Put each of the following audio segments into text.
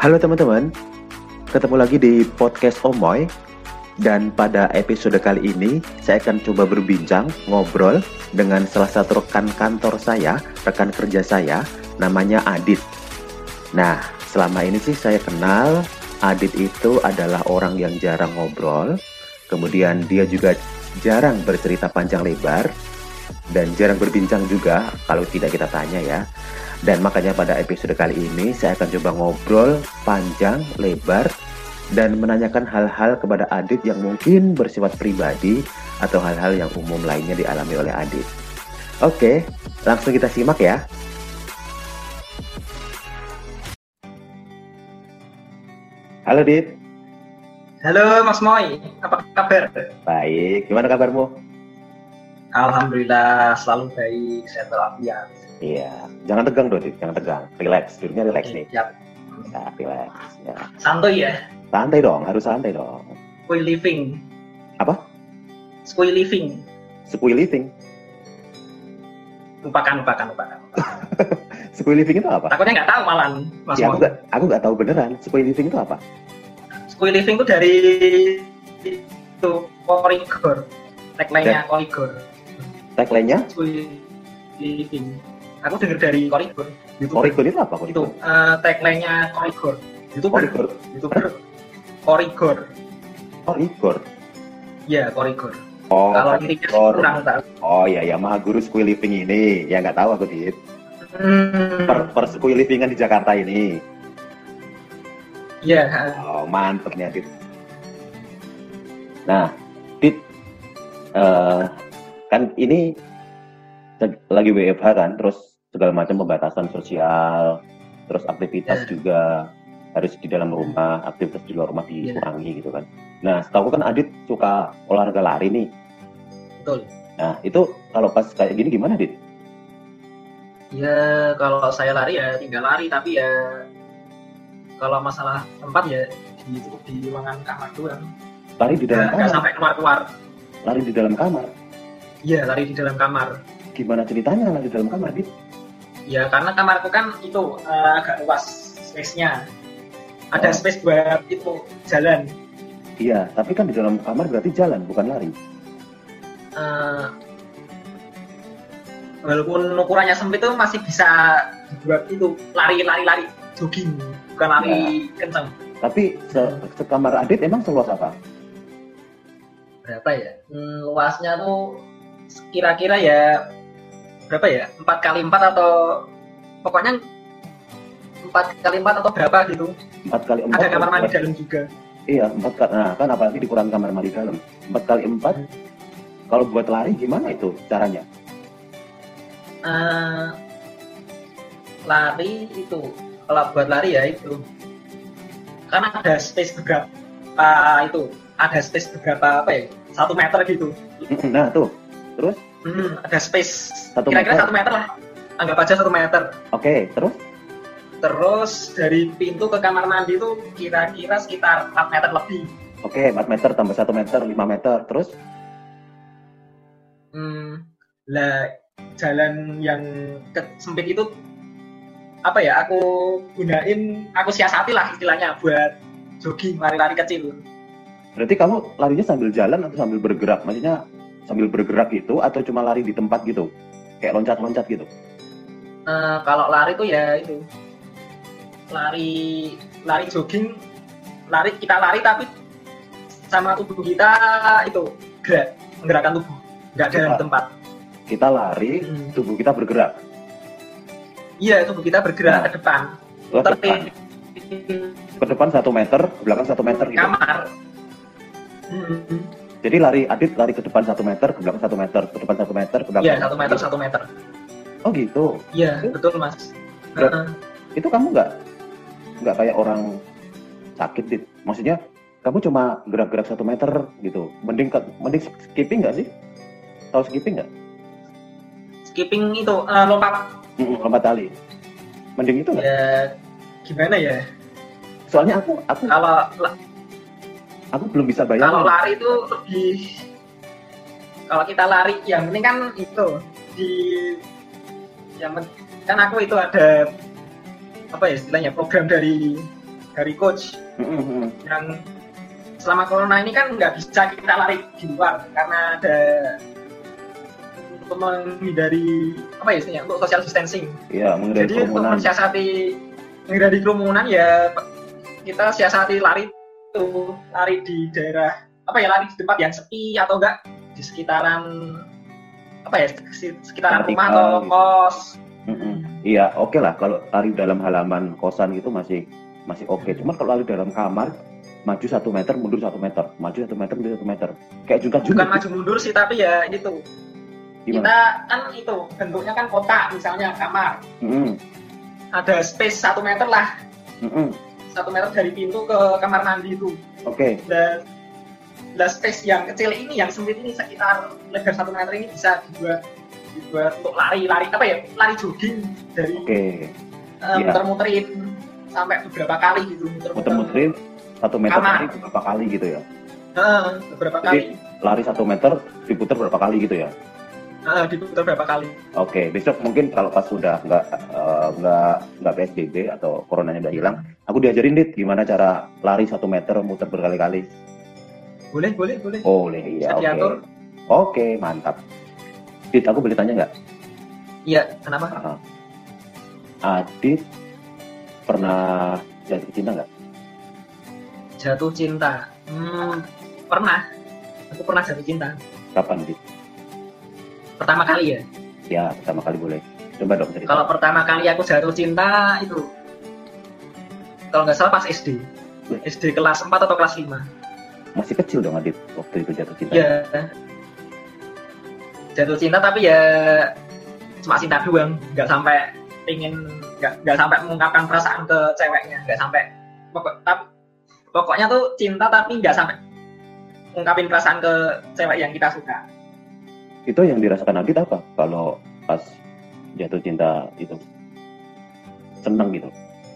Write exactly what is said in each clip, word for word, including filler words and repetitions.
Halo teman-teman, ketemu lagi di podcast Omoy. Dan pada episode kali ini saya akan coba berbincang, ngobrol dengan salah satu rekan kantor saya, rekan kerja saya, namanya Adit. Nah, selama ini sih saya kenal Adit itu adalah orang yang jarang ngobrol. Kemudian dia juga jarang bercerita panjang lebar dan jarang berbincang juga kalau tidak kita tanya ya. Dan makanya pada episode kali ini saya akan coba ngobrol panjang, lebar, dan menanyakan hal-hal kepada Adit yang mungkin bersifat pribadi atau hal-hal yang umum lainnya dialami oleh Adit. Oke, langsung kita simak ya. Halo Dit. Halo Mas Moy, apa kabar? Baik, gimana kabarmu? Alhamdulillah selalu baik, sehat walafiat. Iya, jangan tegang dong, Dit. Jangan tegang. Relax, duduknya relax nih. Siap. Ya, relax. Ya. Santuy ya. Santai dong, harus santai dong. Squee living. Apa? Squee living. Squee living. Lupakan, lupakan, lupakan. Squee living itu apa? Takutnya nggak tahu malan, Mas Ya, aku Moy. nggak, aku nggak tahu beneran. Squee living itu apa? Squee living itu dari itu Korigor. Tagline-nya Korigor. Tagline-nya? Squee living. Aku dengar dari Korigor. Korigor itu apa? Itu uh, tagline-nya Korigor. YouTuber. Korigor. YouTuber. Korigor. Korigor. Iya, Korigor. Oh, Kalau intinya Korigor. kurang tahu. Oh iya, ya Maha Guru Squee Living ini. Ya nggak tahu aku, Dit. Hmm. Per, per Squee Livingan di Jakarta ini. Iya. Oh, mantep nih, Dit. Nah, Dit. Uh, kan ini lagi W F H kan, terus segala macam pembatasan sosial, terus aktivitas yeah. juga harus di dalam rumah, aktivitas di luar rumah dikurangi yeah. gitu kan. Nah, setahu kan Adit suka olahraga lari nih. Betul. Nah, itu kalau pas kayak gini gimana, Dit? Ya, kalau saya lari ya tinggal lari, tapi ya kalau masalah tempat ya di, di ruangan kamar doang. Lari di dalam ya, kamar? Nggak sampai keluar-keluar. Lari di dalam kamar? Iya, lari di dalam kamar. Gimana ceritanya lari di dalam kamar, Dit? Ya, karena kamarku kan itu uh, agak luas space-nya. Ada oh. space buat itu jalan. Iya, tapi kan di dalam kamar berarti jalan, bukan lari. Uh, walaupun ukurannya sempit itu masih bisa dibuat itu lari-lari-lari jogging, bukan lari ya. Kencang. Tapi se- sekamar Adit emang seluas apa? Berapa ya? Hmm, luasnya tuh kira-kira ya berapa ya? empat kali empat atau pokoknya empat kali empat atau berapa gitu. empat kali empat. Ada kamar mandi dalam juga. Iya, empat kali. Nah, kan apalagi dikurangi kamar mandi dalam. empat kali empat. Hmm. Kalau buat lari gimana itu caranya? Uh, lari itu kalau buat lari ya itu. Karena ada space beberapa uh, itu, ada space beberapa apa ya? Satu meter gitu. Nah, tuh. Terus? Hmm, ada space satu kira-kira meter. satu meter lah, anggap aja satu meter. Oke, okay, terus? Terus dari pintu ke kamar mandi itu kira-kira sekitar empat meter lebih. Oke, okay, empat meter tambah satu meter, lima meter, terus? Hmm, lah jalan yang ke- sempit itu apa ya? Aku gunain, aku siasati lah istilahnya buat jogging, lari-lari kecil. Berarti kamu larinya sambil jalan atau sambil bergerak? Maksudnya sambil bergerak gitu atau cuma lari di tempat gitu? Kayak loncat-loncat gitu? Uh, kalau lari tuh ya itu lari lari jogging, lari kita lari tapi sama tubuh kita itu gerak, menggerakkan tubuh, nggak dalam tempat. Kita lari, hmm. tubuh kita bergerak. Iya, tubuh kita bergerak nah, ke depan. Ke depan. Ke depan satu meter, ke belakang satu meter gitu. Kamar. Hmm. Jadi lari Adit lari ke depan satu meter, ke belakang satu meter, ke depan satu meter, ke belakang. Iya, satu meter, satu meter. Oh gitu. Iya, betul Mas. Uh-uh. Itu kamu nggak nggak kayak orang sakit, Dit? Maksudnya kamu cuma gerak-gerak satu meter gitu. Mending mending skipping nggak sih? Tahu skipping nggak? Skipping itu uh, lompat. Mm-mm, lompat tali. Mending itu nggak? Ya, gimana ya? Soalnya aku aku kalau aku belum bisa bayangin. Kalau lari itu lebih, kalau kita lari yang penting kan itu di yang kan aku itu ada apa ya istilahnya program dari dari coach Mm-hmm. yang selama corona ini kan nggak bisa kita lari di luar karena ada untuk menghindari apa ya istilahnya untuk social distancing. Iya, menghindari Jadi kerumunan. untuk mensiasati menghindari kerumunan ya kita siasati lari itu lari di daerah apa ya lari di tempat yang sepi atau enggak di sekitaran apa ya sekitaran Vertikal rumah atau gitu. kos. Mm-mm. Iya, oke lah kalau lari dalam halaman kosan gitu masih masih oke. Cuman kalau lari dalam kamar maju satu meter mundur satu meter, maju satu meter mundur satu meter, kayak juga Bukan maju mundur sih tapi ya itu. Gimana? Kita kan itu bentuknya kan kotak misalnya kamar. Mm-mm. Ada space satu meter lah. Mm-mm. Satu meter dari pintu ke kamar mandi itu. Oke. Dan dan space yang kecil ini, yang sempit ini sekitar lebar satu meter ini bisa dibuat dibuat untuk lari, lari apa ya, lari jogging dari Oke. uh, Iya. muter-muterin sampai beberapa kali gitu, Muter-muterin satu meter Kamar. lari beberapa kali gitu ya. Uh, beberapa Jadi kali, lari satu meter diputar berapa kali gitu ya. uh, diputar berapa kali. Oke, besok mungkin kalau pas sudah nggak eh, nggak nggak P S B B atau coronanya udah hilang, aku diajarin Dit gimana cara lari satu meter muter berkali-kali. Boleh, boleh, boleh. Boleh, iya, Bisa oke. diatur. Oke, mantap. Dit, aku boleh tanya nggak? Iya, kenapa? Uh, Adit pernah jatuh cinta nggak? Jatuh cinta. Hmm, pernah. Aku pernah jatuh cinta. Kapan, Dit? Pertama kali ya. Ya, pertama kali boleh. Coba dong cerita. Kalau pertama kali aku jatuh cinta itu, kalau nggak salah pas S D. S D kelas empat atau kelas lima. Masih kecil dong Adit waktu itu jatuh cinta. Ya. Jatuh cinta tapi ya cuma cinta doang, nggak sampai ingin, nggak nggak sampai mengungkapkan perasaan ke ceweknya, nggak sampai pokok, tapi, pokoknya tuh cinta tapi nggak sampai ungkapin perasaan ke cewek yang kita suka. Itu yang dirasakan Adit apa? Kalau pas jatuh cinta itu seneng gitu.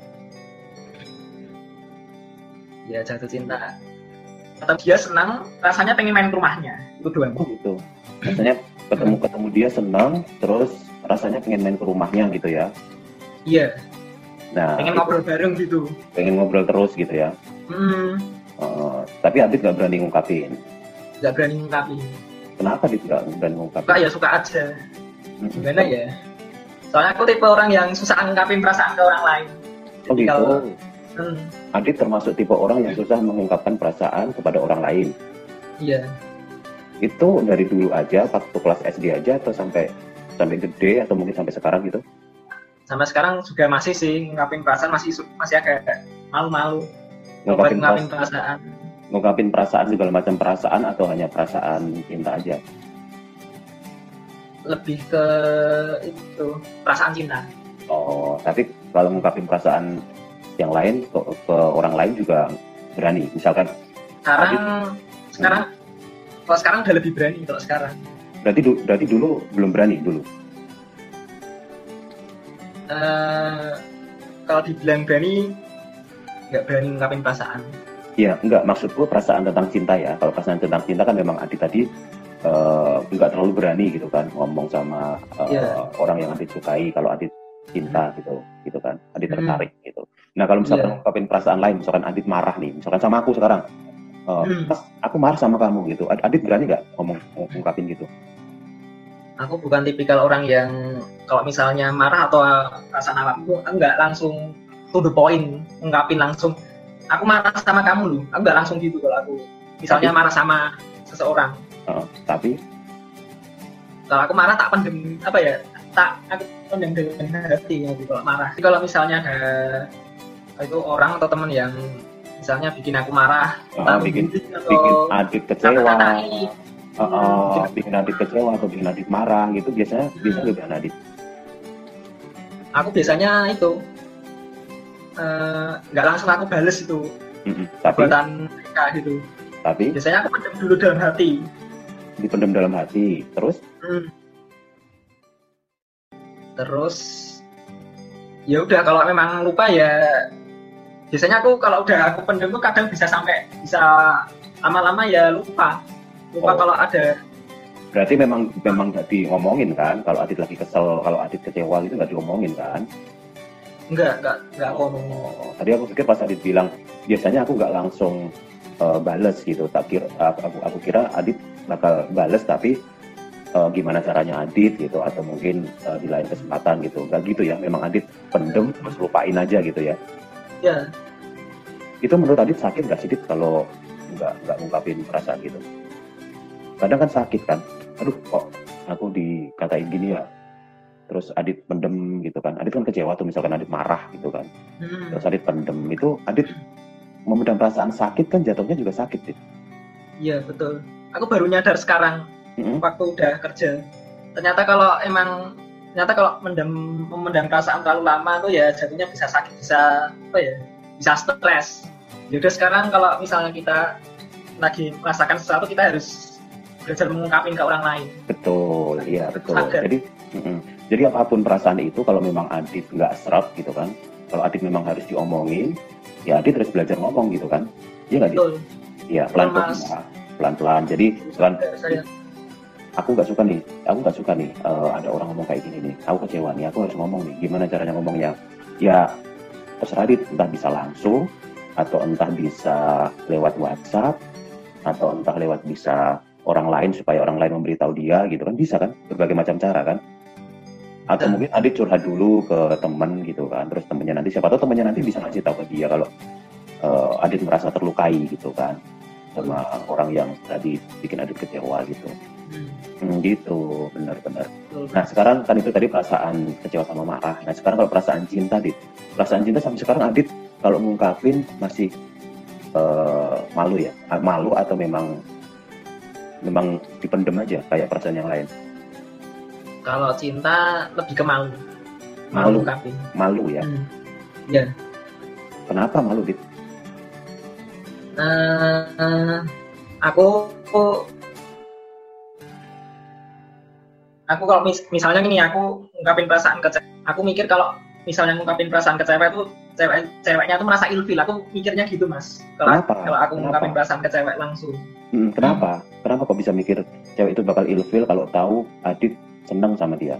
Ya jatuh cinta. Atau dia senang, rasanya pengen main ke rumahnya, itu doang. Oh gitu. Rasanya ketemu-ketemu dia senang, terus rasanya pengen main ke rumahnya gitu ya. Iya. Nah, Pengen itu, ngobrol bareng gitu. pengen ngobrol terus gitu ya. Hmm, Uh, tapi Adit nggak berani ngungkapin. nggak berani ngungkapin. Kenapa Adit nggak berani ngungkapin? Suka ya suka aja. Mm-mm. Gimana ya? Soalnya aku tipe orang yang susah ngungkapin perasaan ke orang lain. Oh Jadi gitu. kalau hmm, Adit termasuk tipe orang yang susah mengungkapkan perasaan kepada orang lain. iya. Itu dari dulu aja, waktu kelas S D aja atau sampai sampai gede atau mungkin sampai sekarang gitu? Sampai sekarang juga masih sih ngungkapin perasaan, masih su- masih agak malu-malu buat Ngungkapin, ngungkapin peras- perasaan. ngungkapin perasaan segala macam perasaan atau hanya perasaan cinta aja? Lebih ke itu perasaan cinta. Oh, tapi kalau ngungkapin perasaan yang lain ke, ke orang lain juga berani. Misalkan Sekarang sekarang kalau sekarang udah lebih berani kalau sekarang. berarti du- berarti dulu belum berani dulu. Eh, kalau dibilang berani, nggak berani ngungkapin perasaan. Iya, enggak, maksudku perasaan tentang cinta ya. Kalau perasaan tentang cinta kan memang Adit tadi eh, enggak terlalu berani gitu kan ngomong sama eh, Iya. orang yang Adit sukai kalau Adit cinta gitu, gitu kan. Adit Hmm. tertarik gitu. Nah, kalau misalkan Iya. ngungkapin perasaan lain, misalkan Adit marah nih, misalkan sama aku sekarang. eh, Hmm. Mas, aku marah sama kamu gitu. Ad- Adit berani nggak ngomong ngungkapin gitu? Aku bukan tipikal orang yang kalau misalnya marah atau perasaan apapun, aku nggak langsung to the point, ngungkapin langsung. Aku marah sama kamu loh, aku nggak langsung gitu kalau aku. Misalnya Tapi- marah sama seseorang, Eh, tapi kalau aku marah tak pendem apa ya, tak aku pendem dengan hati gitu kalau marah. Jadi kalau misalnya ada itu orang atau teman yang misalnya bikin aku marah, eh, entah bikin membuli atau bikin Adit kecewa, kata-katain. eh, eh, bikin Adit kecewa atau bikin Adit marah gitu biasanya biasanya Hmm. gimana Adit? Aku biasanya itu eh, nggak langsung aku bales itu Mm-mm. Tapi buatan mereka gitu. tapi Biasanya aku pendem dulu dalam hati. dipendam dalam hati. Terus Hmm. Terus ya udah kalau memang lupa ya biasanya aku kalau udah aku pendem tuh kadang bisa sampai bisa lama-lama ya lupa. Lupa Oh. kalau ada. berarti memang memang nggak diomongin kan? Kalau Adit lagi kesel, kalau Adit kecewa gitu nggak diomongin kan? Enggak, enggak, enggak aku ngomong. Oh, tadi aku pikir pas Adit bilang biasanya aku nggak langsung uh, bales gitu. Tak kira aku, aku, aku kira Adit bakal bales tapi uh, gimana caranya Adit gitu atau mungkin uh, di lain kesempatan gitu. Enggak gitu ya. Memang Adit pendem terus lupain aja gitu ya. Ya. Itu menurut Adit sakit nggak sih Dit kalau nggak nggak ngungkapin perasaan gitu? Kadang kan sakit kan. Aduh kok aku dikatain gini ya. Terus Adit pendem gitu kan. Adit kan kecewa tuh misalkan Adit marah gitu kan. Hmm. Terus Adit pendem itu Adit memendam perasaan sakit kan jatuhnya juga sakit Dit. Iya betul. Aku baru nyadar sekarang mm-hmm. waktu udah kerja. Ternyata kalau emang ternyata kalau mendam memendam perasaan terlalu lama tuh ya jatuhnya bisa sakit, bisa apa ya? Bisa stres. Jadi sekarang kalau misalnya kita lagi merasakan sesuatu kita harus belajar mengungkapin ke orang lain. Betul, iya betul. Sadar. Jadi mm-mm. Jadi apapun perasaan itu kalau memang Adit nggak serap gitu kan, kalau Adit memang harus diomongin, ya Adit harus belajar ngomong gitu kan, iya nggak Adit? Iya pelan-pelan, pelan-pelan. Jadi pelan. Aku nggak suka nih, aku nggak suka nih uh, ada orang ngomong kayak gini nih, aku kecewa nih, aku harus ngomong nih, gimana caranya ngomongnya? Ya terserah Adit, entah bisa langsung, atau entah bisa lewat WhatsApp, atau entah lewat bisa orang lain supaya orang lain memberitahu dia gitu kan, bisa kan, berbagai macam cara kan. Atau mungkin Adit curhat dulu ke teman gitu kan, terus temennya nanti siapa tahu temennya nanti bisa ngasih tahu ke dia kalau uh, Adit merasa terlukai gitu kan sama hmm. orang yang tadi bikin Adit kecewa gitu. Hmm. Hmm, gitu, benar-benar. Hmm. Nah sekarang kan itu tadi perasaan kecewa sama marah. Nah sekarang kalau perasaan cinta, Dit, perasaan cinta sampai sekarang Adit kalau ngungkapin masih uh, malu ya, malu atau memang memang dipendem aja kayak perasaan yang lain? Kalau cinta lebih ke malu. Malu, malu, malu ya. Hmm. Ya. Kenapa malu, Dit? Uh, uh, aku, aku, aku kalau mis, misalnya gini, aku ngungkapin perasaan ke cewek. Aku mikir kalau misalnya ngungkapin perasaan ke cewek tuh, cewek, ceweknya tuh merasa ilfil. Aku mikirnya gitu, Mas. Kalau kalau aku ngungkapin perasaan ke cewek langsung. Hmm, kenapa? Hmm. Kenapa kok bisa mikir cewek itu bakal ilfil kalau tahu Adit senang sama dia?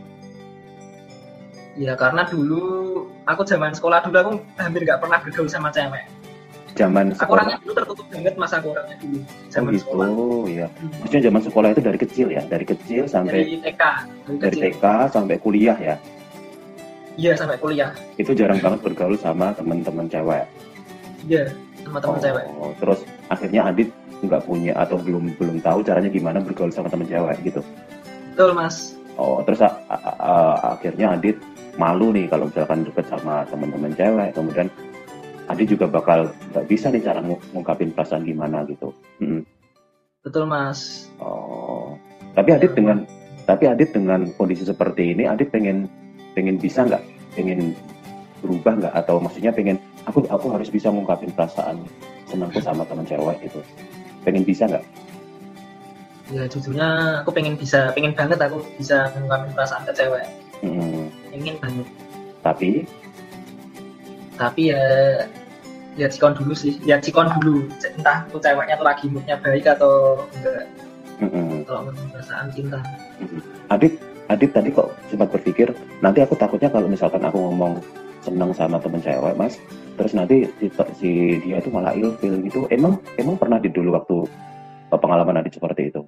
Ya karena dulu aku zaman sekolah dulu aku hampir nggak pernah bergaul sama cewek. Zaman sekolah. Aku orangnya dulu tertutup banget mas aku orangnya dulu. Zaman oh gitu, sekolah. Ya. Maksudnya zaman sekolah itu dari kecil ya, dari kecil sampai dari T K, dari, dari T K sampai kuliah ya. Iya sampai kuliah. Itu jarang banget bergaul sama teman-teman cewek. Iya sama teman oh, cewek. Terus akhirnya Adit nggak punya atau belum belum tahu caranya gimana bergaul sama teman cewek gitu. Betul mas. Oh, terus a- a- a- akhirnya Adit malu nih kalau misalkan deket sama teman-teman cewek, kemudian Adit juga bakal nggak bisa nih cara ngungkapin perasaan gimana gitu. Mm-hmm. Betul mas. Oh, tapi Adit ya, dengan tapi Adit dengan kondisi seperti ini, Adit pengen pengen bisa nggak, pengen berubah nggak, atau maksudnya pengen aku aku harus bisa ngungkapin perasaan senangku sama teman cewek gitu, pengen bisa nggak? Ya jujurnya aku pengen bisa, pengen banget aku bisa mengungkapin perasaan ke cewek. Hmm. Pengen banget. Tapi? Tapi ya lihat sikon dulu sih, lihat sikon dulu. Entah tuh ceweknya tuh lagi moodnya baik atau enggak. Hmm. Kalau ngomong perasaan cinta. Hmm. Adit, Adit tadi kok sempat berpikir nanti aku takutnya kalau misalkan aku ngomong senang sama temen cewek mas, terus nanti si, si dia itu malah ilfil gitu. Emang emang pernah di dulu waktu pengalaman Adit seperti itu?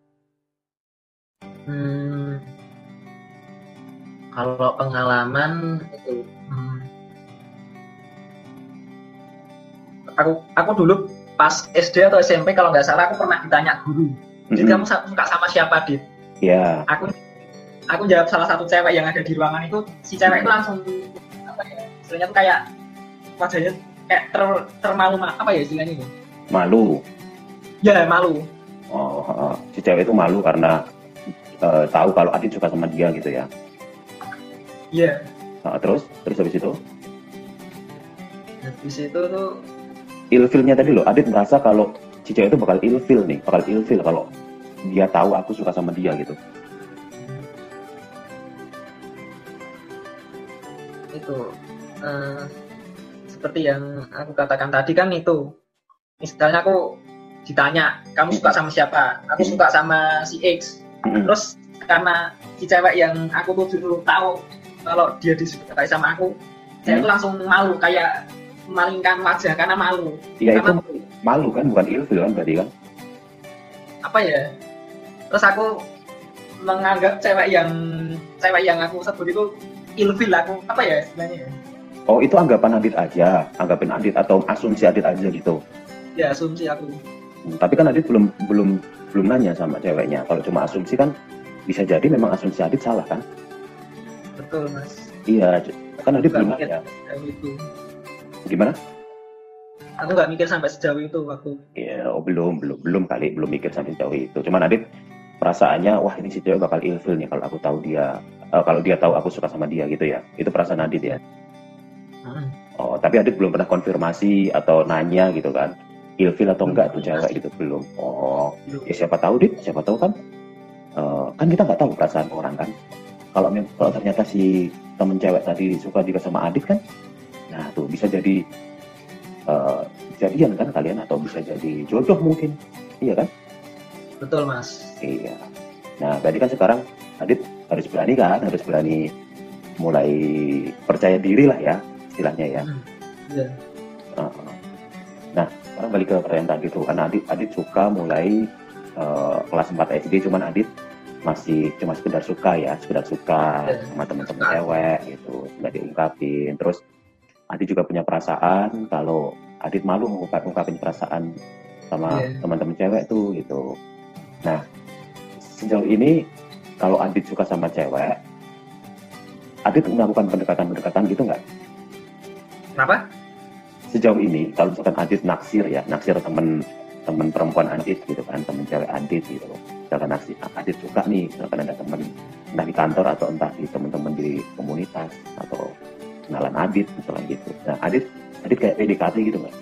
Hmm, kalau pengalaman itu, hmm, aku aku dulu pas S D atau S M P kalau nggak salah aku pernah ditanya guru, jadi mm-hmm. kamu suka sama siapa Dit? Iya. Yeah. Aku aku jawab salah satu cewek yang ada di ruangan itu, si cewek itu langsung apa ya, istilahnya tuh kayak wajahnya kayak ter termalu apa ya istilahnya itu? Malu. Ya malu. Oh, uh, si cewek itu malu karena uh, tahu kalau Adit suka sama dia gitu ya. Iya. Yeah. Nah, terus, terus habis itu? Habis itu tuh ilfilnya tadi loh, Adit merasa kalau si cewek itu bakal ilfil nih, bakal ilfil kalau dia tahu aku suka sama dia gitu. Itu uh, seperti yang aku katakan tadi kan itu. Misalnya aku ditanya, kamu suka sama siapa? Aku suka sama si X. Mm-hmm. Terus karena si cewek yang aku tuh dulu tahu kalau dia disukai sama aku, saya tuh langsung malu, kayak memalingkan wajah karena malu. Iya itu Karena malu kan, bukan ilfil kan berarti kan? apa ya? Terus aku menganggap cewek yang cewek yang aku sebut itu ilfil, aku apa ya istilahnya ya? Oh itu anggapan Adit aja, anggapin Adit atau asumsi Adit aja gitu. Ya asumsi aku. Hmm, tapi kan Adit belum belum belum nanya sama ceweknya. Kalau cuma asumsi kan bisa jadi memang asumsi Adit salah kan? Betul mas. Iya, kan Adit belum mikir nanya. sejauh itu. Gimana? Aku nggak mikir sampai sejauh itu waktu. Ya, oh, belum belum belum kali belum mikir sampai jauh itu. Cuman Adit perasaannya, wah ini si cewek bakal ilfil nih kalau aku tahu dia, uh, kalau dia tahu aku suka sama dia gitu ya. Itu perasaan Adit ya. Hmm. Oh, tapi Adit belum pernah konfirmasi atau nanya gitu kan, ilfil atau enggak tuh cewek gitu, belum. Oh, ya siapa tahu Dit, siapa tahu kan, uh, kan kita nggak tahu perasaan orang kan. Kalau kalau ternyata si temen cewek tadi suka juga sama Adit kan, nah tuh bisa jadi uh, jadian kan kalian, atau bisa jadi jodoh mungkin, iya kan? Betul mas. Iya. Nah, berarti kan sekarang Adit harus berani kan, harus berani mulai percaya diri lah ya. Istilahnya ya. Hmm. Yeah. Uh, nah, sekarang balik ke pertanyaan tadi tuh, karena Adit, Adit suka mulai uh, kelas empat S D, cuman Adit masih cuma sekedar suka ya, sekedar suka yeah. sama teman-teman cewek gitu, nggak diungkapin. Terus Adit juga punya perasaan, kalau Adit malu ngungkapin perasaan sama yeah. teman-teman cewek tuh gitu. Nah, sejauh ini kalau Adit suka sama cewek, Adit melakukan pendekatan-pendekatan gitu nggak? Kenapa? Sejauh ini, kalau misalkan Adit naksir ya, naksir temen temen perempuan Adit gitu kan, temen cewek Adit gitu. Misalkan naksir, Adit suka nih, misalkan ada temen entah di kantor atau entah di teman-teman di komunitas atau kenalan Adit misalnya gitu. Nah, Adit, Adit kayak P D K T gitu nggak?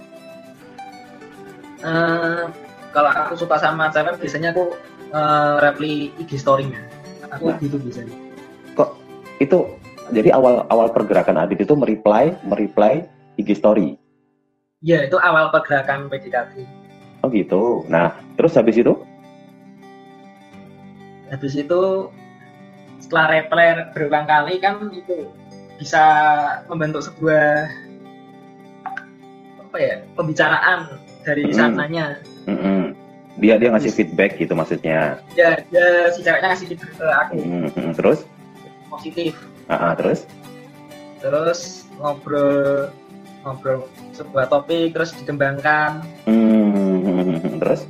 Uh, kalau aku suka sama cewek, biasanya aku uh, reply I G story-nya. Aku nah, gitu biasanya. Kok itu? Jadi awal awal pergerakan Adit itu mereply mereply I G story. Iya, itu awal pergerakan P D K T. Oh gitu. Nah, terus habis itu? Habis itu setelah reply berulang kali kan itu bisa membentuk sebuah apa ya, pembicaraan dari mm-hmm. sananya. Mm-hmm. Dia dia ngasih feedback gitu maksudnya. Ya, dia si ceweknya ngasih feedback ke aku. Mm-hmm. Terus? Positif. Uh-huh, terus? Terus ngobrol ngobrol sebuah topik, terus dikembangkan. Mm-hmm. Terus?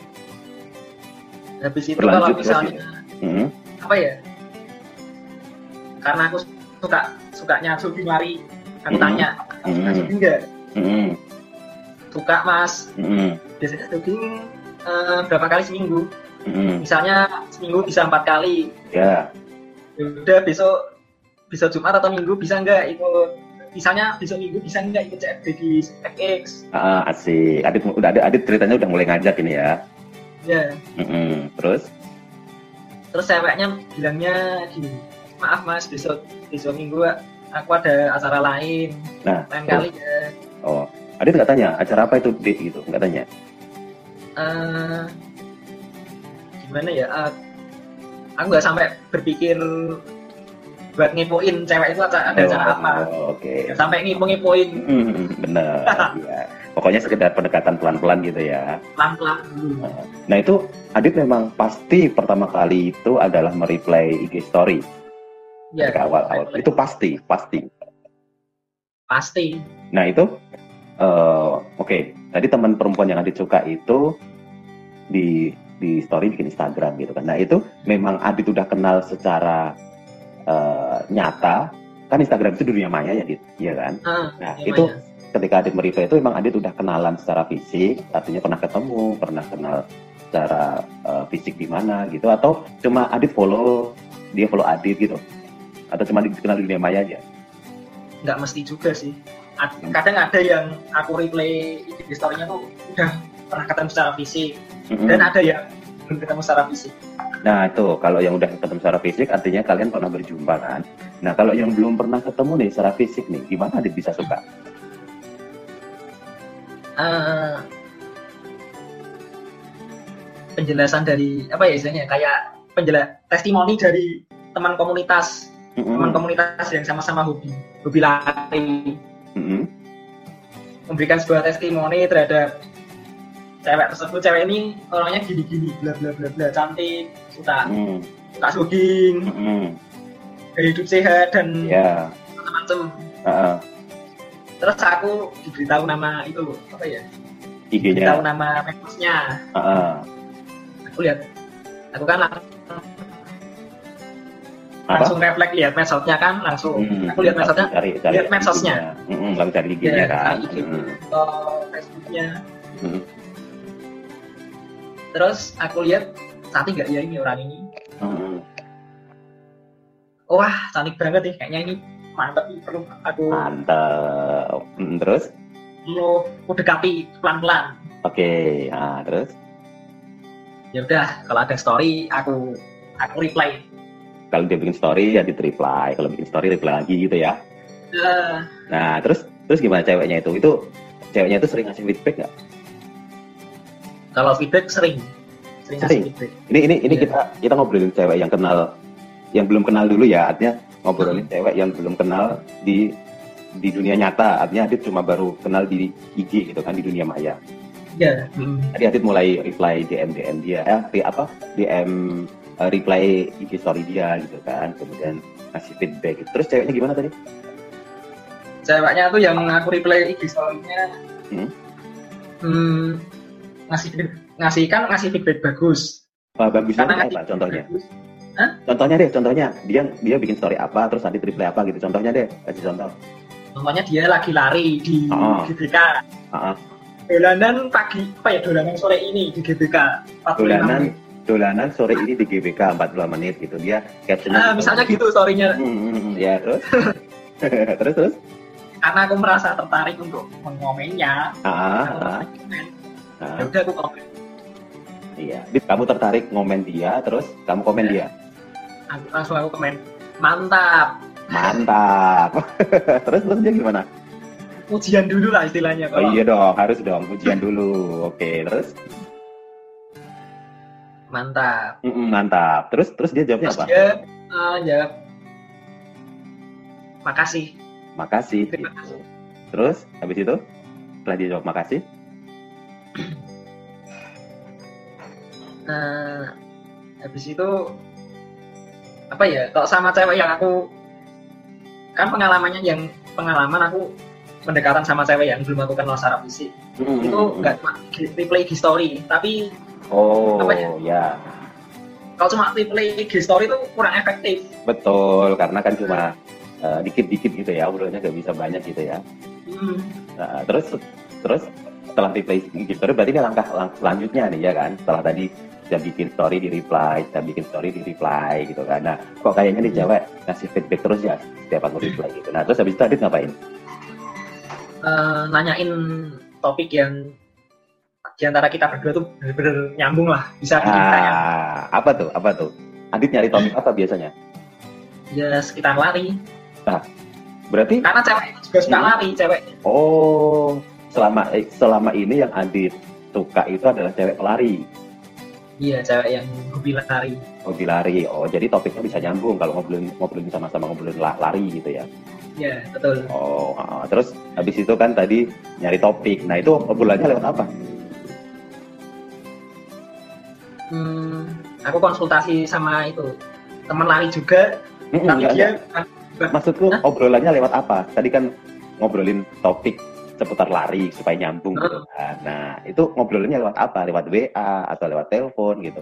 Habis itu berlanjut, kalau misalnya mm-hmm. apa ya? Karena aku suka sukanya jogging lari, aku mm-hmm. tanya, aku suka jogging enggak? Mm-hmm. Suka mas. Mm-hmm. Biasanya jogging uh, berapa kali seminggu? Mm-hmm. Misalnya seminggu bisa empat kali. Ya. Yeah. Udah besok bisa Jumat atau Minggu bisa nggak ikut, misalnya besok Minggu bisa nggak ikut C F D di F X. Ah asik, Adit udah ada, Adit ceritanya udah mulai ngajak ini ya. Ya. Mm-hmm. Terus? Terus ceweknya bilangnya gini, maaf mas besok besok Minggu aku ada acara lain. Nah, lain kali ya. Oh, Adit nggak tanya acara apa itu date gitu, nggak tanya? Uh, gimana ya? Uh, aku nggak sampai berpikir buat ngepoin cewek itu ada oh, acara apa. Oh, Oke. Okay. Sampai ngepo-ngepoin. Hmm, bener. Ya. Pokoknya sekedar pendekatan pelan-pelan gitu ya. Pelan-pelan dulu. Nah itu Adit memang pasti pertama kali itu adalah mereply I G story. Ya. Awal-awal itu pasti, pasti. Pasti. Nah itu, uh, oke. Okay. Tadi teman perempuan yang Adit suka itu di di story bikin Instagram gitu kan. Nah itu memang Adit udah kenal secara Uh, nyata, kan Instagram itu dunia maya ya Dit, iya kan? Ah, nah itu maya. Ketika Adit mereply itu memang Adit udah kenalan secara fisik, artinya pernah ketemu, pernah kenal secara uh, fisik di mana gitu, atau cuma Adit follow, dia follow Adit gitu, atau cuma dikenal di dunia maya aja? Nggak mesti juga sih. Kadang ada yang aku replay di story-nya tuh udah pernah ketemu secara fisik, mm-hmm. dan ada yang belum ketemu secara fisik. Nah itu kalau yang udah ketemu secara fisik artinya kalian pernah berjumpa kan. Nah kalau yang belum pernah ketemu nih secara fisik nih, gimana Adit bisa suka? Uh, penjelasan dari apa ya istilahnya, kayak penjelas testimoni dari teman komunitas Mm-hmm. teman komunitas yang sama-sama hobi, hobi lari. Mm-hmm. Memberikan sebuah testimoni terhadap cewek tersebut. Cewek ini orangnya gini-gini, bla bla bla bla, cantik, suka Mm-hmm. suka jogging, Mm-hmm. gaya hidup sehat dan Yeah. macam-macam. Uh-uh. Terus aku diberitahu nama itu apa ya? I G-nya. Diberitahu nama medsosnya. Uh-uh. Aku lihat, aku kan lang- Apa? langsung refleks lihat medsosnya kan, langsung. Hmm, Aku lihat medsosnya, cari, cari lihat medsosnya. Mm-mm, lalu cari I G-nya Ya, kan. I G, Mm. uh, Facebooknya. Mm. Terus aku lihat cantik nggak ya ini orang ini? Mm. Wah, cantik banget nih, kayaknya ini mantap nih, perlu aku Mantap. Mm, terus? mau aku dekati pelan-pelan. Oke, nah, terus? Ya udah, kalau ada story aku aku reply. Kalau dia bikin story ya di reply, kalau bikin story reply lagi gitu ya. Uh, Nah, terus terus gimana ceweknya itu? Itu ceweknya itu sering ngasih feedback nggak? kalau feedback sering, sering Sering? ngasih feedback. Ini ini ini Iya. kita kita ngobrolin cewek yang kenal, yang belum kenal dulu ya, artinya ngobrolin Hmm. cewek yang belum kenal di di dunia nyata, artinya Adit cuma baru kenal di I G gitu kan, di dunia maya. Ya. Hmm. Tadi Adit mulai reply D M D M dia, eh, di apa D M uh, reply I G story dia gitu kan, kemudian ngasih feedback. Gitu. Terus ceweknya gimana tadi? Ceweknya tuh yang aku reply I G story-nya, Hmm? hmm, ngasih ngasih kan ngasih feedback bagus. Wah, bagusnya Karena apa ngasih contohnya? bagus. Contohnya deh, contohnya dia dia bikin story apa, terus Adit reply apa gitu. Contohnya deh, kasih contoh. Contohnya dia lagi lari di Oh. G B K. Ah, ah. Dolanan pagi, apa ya, dolanan sore ini di G B K. empat puluh lima Dolanan menit. dolanan sore ini di G B K empat puluh lima menit gitu. Dia captionnya Ah, misalnya gitu story-nya. Hmm, hmm, hmm, ya terus terus terus Karena aku merasa tertarik untuk mengomennya. ah, ah, Aku ah, komen. ah. Ya udah aku komen. Iya, Dit, kamu tertarik ngomen dia, terus kamu komen dia. Aku, langsung aku komen. Mantap. Mantap. terus terus dia gimana? Ujian dulu lah istilahnya. Oh iya dong, harus dong ujian dulu. Oke, terus Mantap. Mm-mm, mantap. Terus terus dia jawabnya Terus apa? dia uh, jawab, makasih. Makasih. Terima Gitu. kasih. Terus habis itu setelah dia jawab makasih, Nah, habis itu apa ya? Kalau sama cewek yang aku kan pengalamannya yang pengalaman aku pendekatan sama cewek yang belum aku kenal secara fisik Mm-mm, itu mm-mm. nggak cuma di- replay di story, tapi Oh apa ya? ya, kalau cuma replay di story itu kurang efektif. betul karena kan cuma eh, dikit-dikit gitu ya, obrolannya nggak bisa banyak gitu ya. Hmm. Nah, terus terus setelah replay gitu berarti ini langkah, langkah selanjutnya nih ya kan, setelah tadi sudah bikin story di reply, sudah bikin story di reply gitu kan. Nah kok kayaknya nih cewek ngasih feedback terus ya setiap aku reply gitu. Nah terus habis itu Adit ngapain? Eh, nanyain topik yang di antara kita berdua tuh benar-benar nyambung lah, bisa bikin tanya. Ah, apa tuh apa tuh Adit nyari topik apa biasanya? Ya sekitar lari. Berarti Karena cewek itu juga suka Hmm. lari, cewek. oh selama eh, selama ini yang Adit suka itu adalah cewek pelari, Iya, cewek yang hobi lari. hobi lari. Oh jadi topiknya bisa nyambung kalau ngobrolin ngobrolin sama-sama ngobrolin la- lari gitu ya. Iya, betul. Oh, ah, terus habis itu kan tadi nyari topik. Nah itu obrolannya lewat apa? Hmm, aku konsultasi sama itu teman lari juga, Mm-mm, tapi enggak, dia enggak. Maksudku Hah? obrolannya lewat apa? Tadi kan ngobrolin topik seputar lari supaya nyambung gitu kan. Nah itu ngobrolannya lewat apa? Lewat W A atau lewat telepon gitu?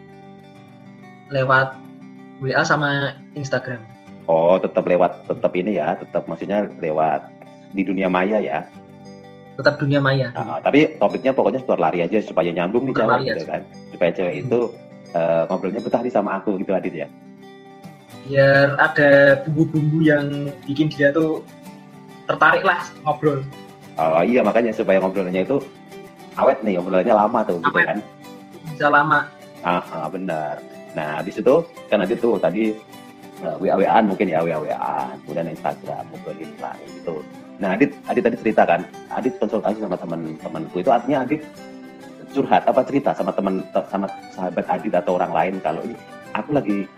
lewat W A sama Instagram. Oh tetap lewat, tetap ini ya, tetap maksudnya lewat di dunia maya ya. Tetap dunia maya. Nah, tapi topiknya pokoknya seputar lari aja supaya nyambung nih Seputar cewek lari gitu aja. kan. Supaya cewek itu eh, ngobrolnya betah nih sama aku gitu Adit ya. Biar ada bumbu-bumbu yang bikin dia tuh tertarik lah ngobrol. Oh iya makanya supaya ngobrolnya itu awet nih, ngobrolnya lama tuh gitu Awet. kan. Bisa lama. Ah, ah, benar. Nah habis itu kan Adit tuh tadi uh, W A W A-an mungkin ya, W A W A-an, kemudian Instagram, ngobrolin lain gitu. Nah Adit, Adit tadi cerita kan, Adit konsultasi sama teman-temanku, itu artinya Adit curhat apa cerita sama teman sama sahabat Adit atau orang lain kalau ini aku lagi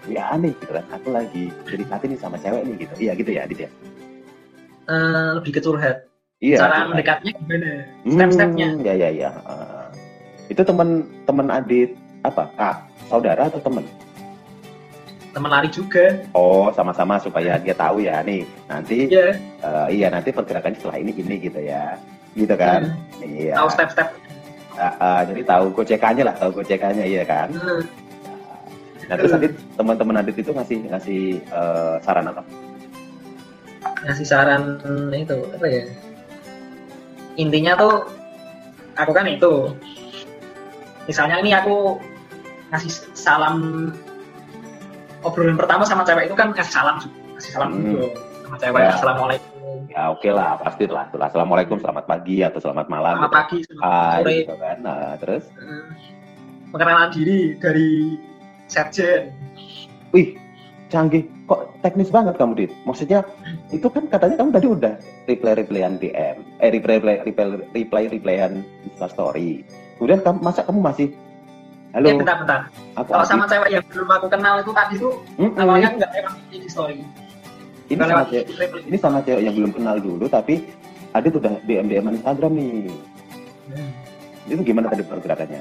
ya aneh gitu kan, aku lagi jadi nih sama cewek nih gitu. Iya gitu ya Adit ya? Uh, lebih ke curhat. Iya, cara curhat. Mendekatnya gimana? Hmm, Step-stepnya. Ya ya ya. Uh, itu teman-teman Adit apa? Kak, saudara atau teman? Teman lari juga. Oh, sama-sama supaya dia tahu ya nih. Nanti yeah. uh, iya nanti pergerakannya setelah ini ini gitu ya. Gitu kan? Hmm. Iya. Tahu step-step. Uh, uh, jadi tahu gocekannya lah, tahu gocekannya iya kan? Hmm. Nah, terus Adit, teman-teman Adit itu ngasih ngasih uh, saran apa? Ngasih saran itu apa ya? Intinya tuh aku kan itu. Misalnya ini aku ngasih salam obrolan pertama sama cewek itu kan kasih salam kasih salam hmm. dulu sama cewek ya. Assalamualaikum ya oke okay lah pasti lah tuh assalamualaikum selamat pagi atau selamat malam selamat gitu. Pagi selamat sore gitu kan nah terus uh, pengenalan diri dari Serjen. Wih canggih kok teknis banget kamu Dit maksudnya itu kan katanya kamu tadi udah reply replyan D M eh reply reply reply reply replyan story kemudian kamu masa kamu masih halo. Ya bentar bentar. Aku kalau sama cewek yang belum aku kenal itu tadi tuh mm-hmm. awalnya nggak lewat di story. Ini sama cewek, ini sama cewek yang belum kenal dulu tapi Adit udah D M D M Instagram nih. Hmm. Itu gimana tadi pergerakannya?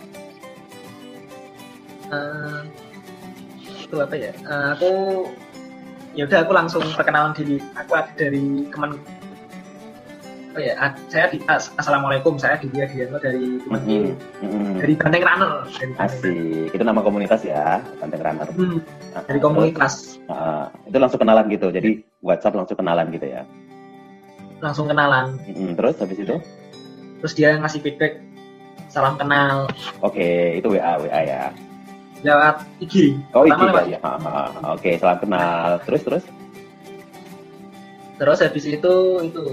Uh, itu apa ya? Uh, aku ya udah aku langsung perkenalan diri. Aku ada dari teman. Oh ya, saya di as, assalamualaikum, saya di dia dia dari teman ini, mm-hmm. dari Banteng Runner. Dari Asik, itu nama komunitas ya, Banteng Runner. Hmm. Nah, dari komunitas. Uh, itu langsung kenalan gitu, jadi WhatsApp langsung kenalan gitu ya? Langsung kenalan. Mm-hmm. Terus habis itu? Terus dia ngasih feedback, salam kenal. Oke, okay, itu W A W A ya? Lewat I G. Oh I G ya, ya. Oke, okay, salam kenal. Terus terus? Terus habis itu itu.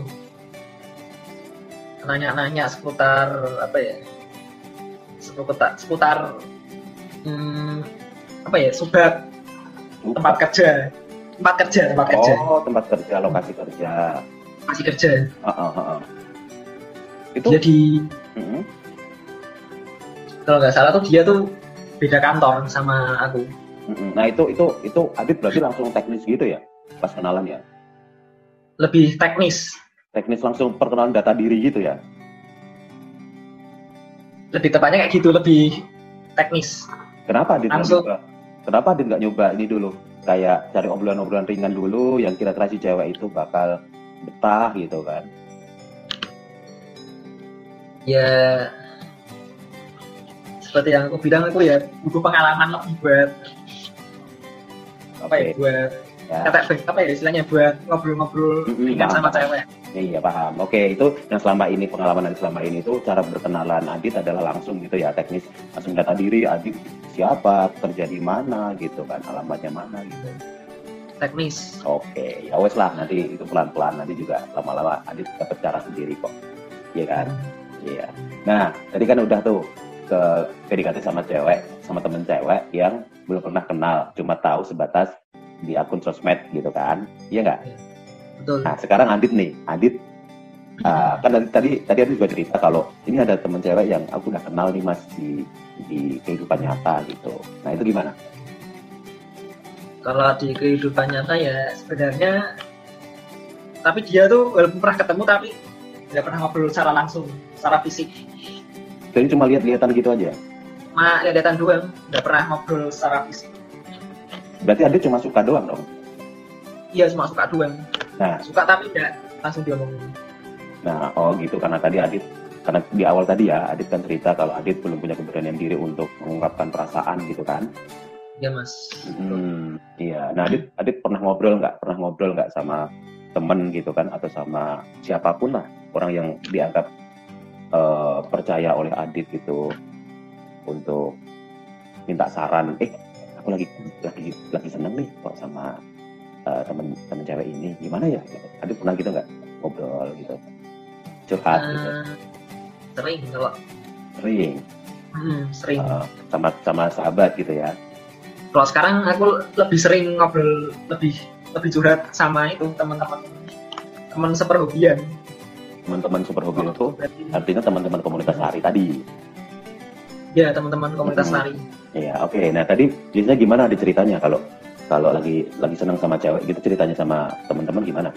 Nanya-nanya seputar apa ya seputar seputar hmm, apa ya subat tempat kerja tempat kerja tempat oh, kerja oh tempat kerja lokasi kerja lokasi kerja uh, uh, uh, uh. Itu jadi uh-huh. kalau nggak salah tuh dia tuh beda kantor sama aku. Uh-huh. Nah itu itu itu Adit berarti langsung teknis gitu ya pas kenalan ya lebih teknis teknis langsung perkenalan data diri gitu ya? Lebih tepatnya kayak gitu, lebih teknis. Kenapa Adit nggak nyoba? Kenapa Adit nggak nyoba ini dulu? Kayak cari obrolan-obrolan ringan dulu, yang kira-kira si cewek itu bakal betah gitu kan? Ya, seperti yang aku bilang aku ya butuh pengalaman lebih buat apa okay. ya buat ya. Kata apa ya istilahnya buat ngobrol-ngobrol mm-hmm, ringan sama cewek. Iya paham. Oke itu yang selama ini pengalaman Adit selama ini itu cara berkenalan Adit adalah langsung gitu ya teknis langsung data diri Adit siapa kerja di mana gitu kan alamatnya mana gitu. Teknis. Oke ya wes lah nanti itu pelan-pelan nanti juga lama-lama Adit dapat cara sendiri kok. Iya kan? Iya. Hmm. Nah tadi kan udah tuh ke P D K T sama cewek sama temen cewek yang belum pernah kenal cuma tahu sebatas di akun sosmed gitu kan? Iya nggak? Betul. Nah sekarang Adit nih, Adit uh, kan tadi tadi tadi Adit juga cerita kalau ini ada teman cewek yang aku udah kenal nih mas di di kehidupan nyata gitu. Nah itu gimana? Kalau di kehidupan nyata ya sebenarnya, tapi dia tuh walaupun pernah ketemu tapi tidak pernah ngobrol secara langsung, secara fisik. Jadi cuma lihat-lihatan gitu aja? Cuma lihat-lihatan doang, tidak pernah ngobrol secara fisik. Berarti Adit cuma suka doang dong? Iya cuma suka doang. Nah, suka tapi tidak langsung diomongin. Nah, oh gitu karena tadi Adit karena di awal tadi ya Adit kan cerita kalau Adit belum punya keberanian diri untuk mengungkapkan perasaan gitu kan? Iya mas. Hmm, iya. Nah Adit Adit pernah ngobrol nggak? Pernah ngobrol nggak sama temen gitu kan? Atau sama siapapun lah orang yang dianggap uh, percaya oleh Adit gitu untuk minta saran. Eh, aku lagi lagi lagi seneng nih kok sama Uh, temen temen cewek ini gimana ya? Adit pernah gitu nggak ngobrol gitu curhat uh, gitu? Sering kalau sering, hmm, sering uh, sama sama sahabat gitu ya. Kalau sekarang aku lebih sering ngobrol lebih lebih curhat sama itu teman-teman teman seperhobian. Teman-teman seperhobian itu artinya teman-teman komunitas lari tadi. Ya teman-teman komunitas hmm. lari. Iya, oke. Okay. Nah tadi biasanya gimana di ceritanya kalau kalau lagi lagi senang sama cewek gitu ceritanya sama teman-teman gimana?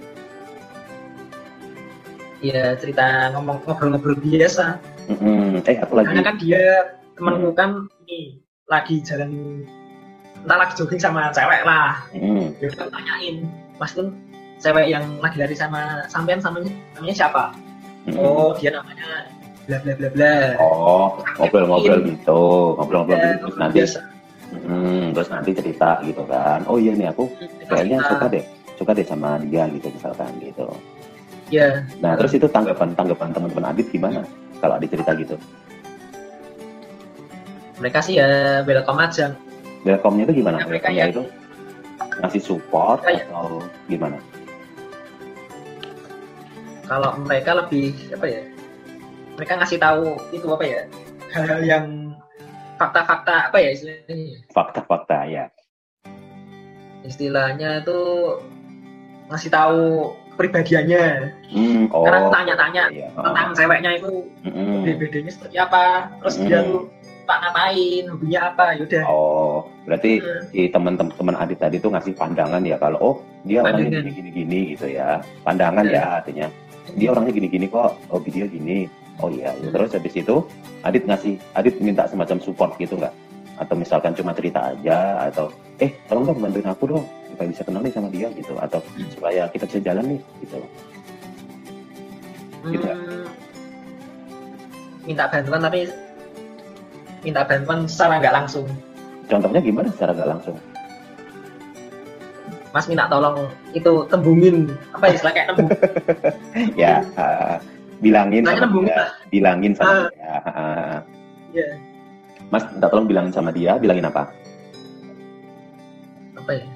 Ya cerita ngomong ngobrol-ngobrol biasa. Mm-hmm. Eh aku lagi. Karena kan dia temanku kan ini lagi jalan, entah lagi jogging sama cewek lah. Mm-hmm. Ya udah tanyain, Mas Kun, cewek yang lagi lari sama sampean samanya namanya siapa? Mm-hmm. Oh dia namanya bla bla bla bla. Oh ngobrol-ngobrol gitu, ngobrol-ngobrol ya, gitu. Terus nanti, hmm, terus nanti cerita gitu kan. Oh iya nih aku kayaknya suka deh, suka deh sama dia gitu misalkan gitu. Iya. Nah terus itu tanggapan tanggapan teman-teman Adit gimana kalau Adit cerita gitu? Mereka sih ya welcome aja. Welcome-nya itu gimana? Ya, mereka ya ya itu ngasih support ya. Atau gimana? Kalau mereka lebih apa ya? Mereka ngasih tahu itu apa ya? Hal-hal yang fakta-fakta apa ya istilahnya? Fakta-fakta ya. Istilahnya itu ngasih tahu pribadiannya. Hmm, oh, karena tanya-tanya iya. tentang oh. ceweknya itu mm-hmm. B B D-nya seperti apa, terus mm-hmm. dia tuh pak ngapain, hobinya apa, yaudah. Oh, berarti hmm. si teman-teman Adit tadi tuh ngasih pandangan ya kalau oh dia pandangan. Orangnya gini-gini gitu ya, pandangan hmm. ya artinya dia orangnya gini-gini kok, hobi dia gini, oh iya. Hmm. Terus habis itu Adit ngasih, Adit minta semacam support gitu nggak? Atau misalkan cuma cerita aja, atau eh tolong dong bantuin aku dong supaya bisa kenal nih sama dia gitu, atau hmm. supaya kita bisa jalan nih gitu. Gitu hmm. Minta bantuan tapi minta bantuan secara nggak langsung. Contohnya gimana secara nggak langsung? Mas minta tolong itu tembungin apa istilah kayak nembung. ya uh, bilangin sama nembung, dia, bilangin sama uh, dia. Uh, yeah. Iya. Mas minta tolong bilangin sama dia, bilangin apa? Apa ya?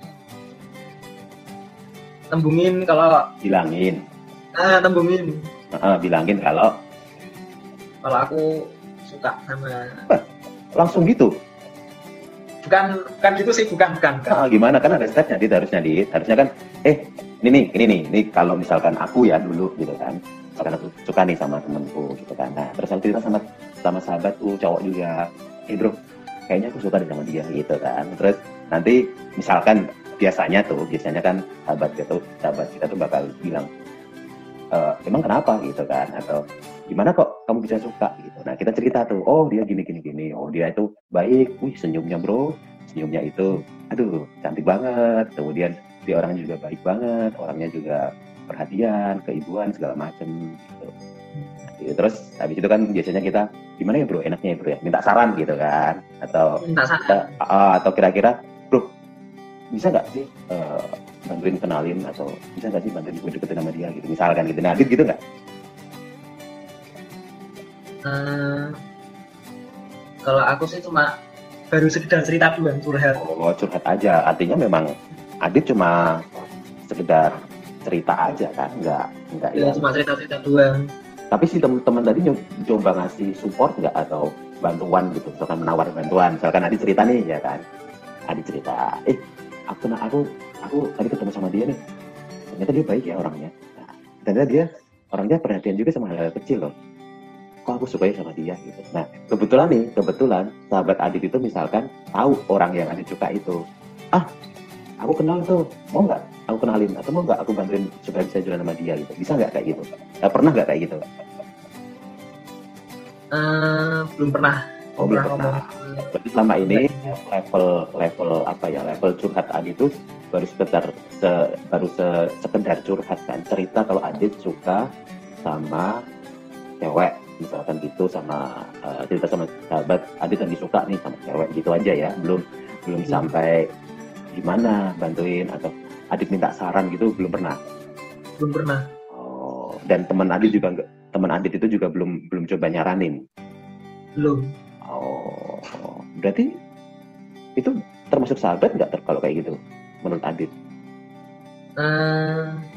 Tembungin kalau. Bilangin. Ah, tembungin. Uh, bilangin kalau. Kalau aku suka sama. Apa? Langsung gitu? Bukan, bukan gitu sih, bukan, bukan. bukan. Ah, gimana? Kan ada stepnya, Dit, harusnya, Dit. Harusnya kan, eh, ini nih, ini nih, ini kalau misalkan aku ya dulu gitu kan, misalkan aku suka nih sama temenku gitu kan, nah terus aku cerita sama sama sahabatku, cowok juga, eh bro, kayaknya aku suka sama dia gitu kan, terus nanti misalkan biasanya tuh, biasanya kan sahabat gitu, sahabat kita tuh bakal bilang, e, emang kenapa gitu kan, atau gimana kok kamu bisa suka gitu. Nah kita cerita tuh, oh dia gini gini gini, oh dia itu baik, wih senyumnya bro, senyumnya itu, aduh cantik banget. Kemudian dia orangnya juga baik banget, orangnya juga perhatian, keibuan segala macem gitu. Gitu. Terus habis itu kan biasanya kita gimana ya bro, enaknya ya bro ya, minta saran gitu kan, atau kita, uh, atau kira-kira bro bisa nggak sih uh, bantuin kenalin atau bisa nggak sih bantuin gue deketin sama dia gitu, misalkan gitu. Nah gitu nggak? Hmm, kalau aku sih cuma baru sekedar cerita doang, curhat. Oh, curhat aja. Artinya memang Adit cuma sekedar cerita aja kan, nggak nggak ya, ya cuma cerita-cerita doang. Tapi si teman-teman tadi coba ngasih support nggak atau bantuan gitu, misalkan menawar bantuan. Misalkan Adit cerita nih ya kan, Adit cerita, eh aku nah aku aku tadi ketemu sama dia nih, ternyata dia baik ya orangnya. Nah, ternyata dia orangnya perhatian juga sama hal-hal kecil loh. Kok aku suka sama dia gitu. Nah kebetulan nih, kebetulan sahabat Adit itu misalkan tahu orang yang Adit suka itu. Ah, aku kenal tuh, mau nggak aku kenalin atau mau nggak aku bantuin supaya bisa jalan sama dia gitu. Bisa nggak kayak gitu? Nah, pernah nggak kayak gitu? Uh, belum pernah. Oh, belum pernah. Berarti selama ini level level apa ya? Level curhat Adit itu baru sekedar se, baru se, sekedar curhat kan, cerita kalau Adit suka sama cewek misalkan gitu, sama uh, cerita sama sahabat Adit yang disuka nih sama cewek gitu aja ya, belum belum hmm. sampai gimana bantuin atau Adit minta saran gitu, belum pernah. Belum pernah. Oh, dan teman Adit juga enggak, teman Adit itu juga belum belum coba nyaranin. Belum. Oh, berarti itu termasuk sahabat nggak kalau kayak gitu menurut Adit? Hmm,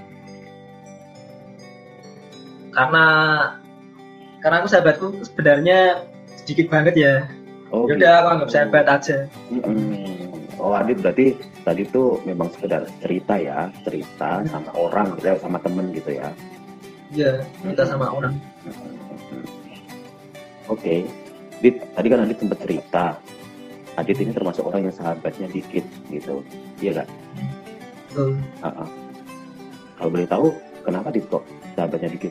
karena karena aku sahabatku sebenarnya sedikit banget ya. Oh, yaudah gitu. Aku anggap sahabat aja. Mm-hmm. Oh, Adit berarti tadi tuh memang sekedar cerita ya, cerita mm-hmm. sama orang gitu ya, sama temen gitu ya. Iya, cerita mm-hmm. sama orang. Mm-hmm. Oke, okay. Dit, tadi kan Adit sempat cerita Adit ini termasuk orang yang sahabatnya dikit gitu, iya gak? Betul. Uh-uh. Kalau boleh tahu kenapa Adit kok sahabatnya dikit?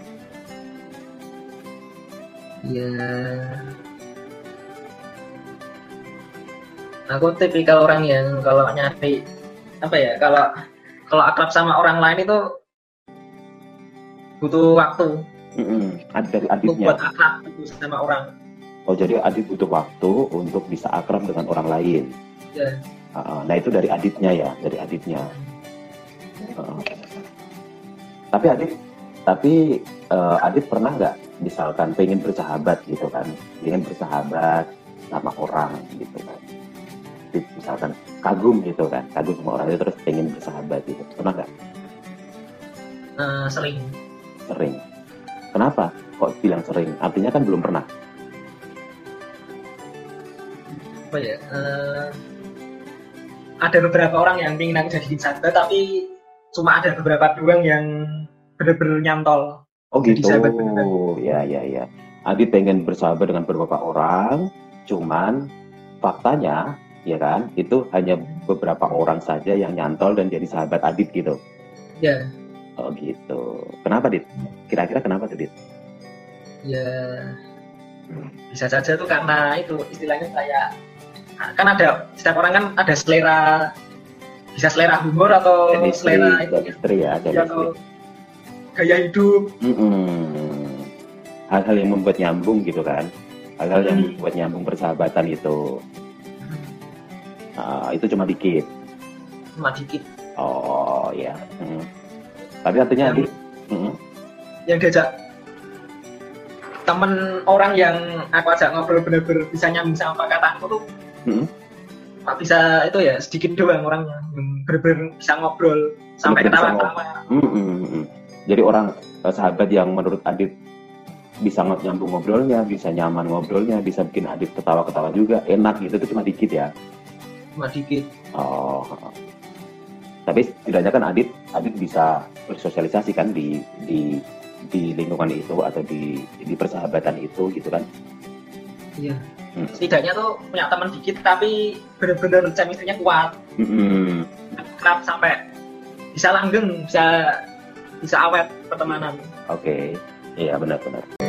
Ya, aku tipikal orang yang kalau nyari apa ya, kalau kalau akrab sama orang lain itu butuh waktu. Mm-mm. Ad- dari Aditnya. Buat akrab itu sama orang. Oh, jadi Adit butuh waktu untuk bisa akrab dengan orang lain. Ya. Uh, nah itu dari Aditnya ya, dari Aditnya. Uh, tapi Adit, tapi uh, Adit pernah nggak, misalkan pengen bersahabat gitu kan, pengen bersahabat sama orang gitu kan, Adit misalkan kagum gitu kan, kagum sama orang itu terus pengen bersahabat gitu, pernah nggak? Uh, sering. Sering. Kenapa? Kok bilang sering? Artinya kan belum pernah. Apa ya, uh, ada beberapa orang yang ingin aku jadiin sahabat, tapi cuma ada beberapa doang yang benar-benar nyantol. Oh gitu, sahabat ya ya ya. Adit pengen bersahabat dengan beberapa orang, cuman faktanya, ya kan, itu hanya beberapa orang saja yang nyantol dan jadi sahabat Adit gitu. Ya. Oh gitu. Kenapa Dit? Kira-kira kenapa tuh Dit? Ya, bisa saja tuh karena itu istilahnya kayak, kan ada, setiap orang kan ada selera, bisa selera humor atau chemistry, selera itu chemistry ya, ya, atau gaya hidup. Mm-mm. Hal-hal yang membuat nyambung gitu kan, hal-hal hmm. yang membuat nyambung persahabatan itu. Uh, itu cuma dikit. Cuma dikit. Oh ya. Hmm. Tapi artinya yang, di, mm-hmm. yang diajak temen orang yang aku ajak ngobrol bener-bener bisa nyambung sama perkataanku tuh. Hmm? Bisa itu ya sedikit doang orangnya yang bener-bener bisa ngobrol sampai ketawa-ketawa. Hmm. Jadi orang sahabat yang menurut Adit bisa nyambung ngobrolnya, bisa nyaman ngobrolnya, bisa bikin Adit ketawa-ketawa juga, enak gitu, itu cuma dikit ya? Cuma dikit. Oh. Tapi setidaknya kan Adit, Adit bisa bersosialisasi kan di di di lingkungan itu atau di di persahabatan itu gitu kan? Iya. Hmm. Setidaknya tuh punya teman dikit tapi benar-benar chemistry-nya kuat. Mm-hmm. Kerap sampai bisa langgeng, bisa bisa awet pertemanan. Oke, okay. Iya benar-benar.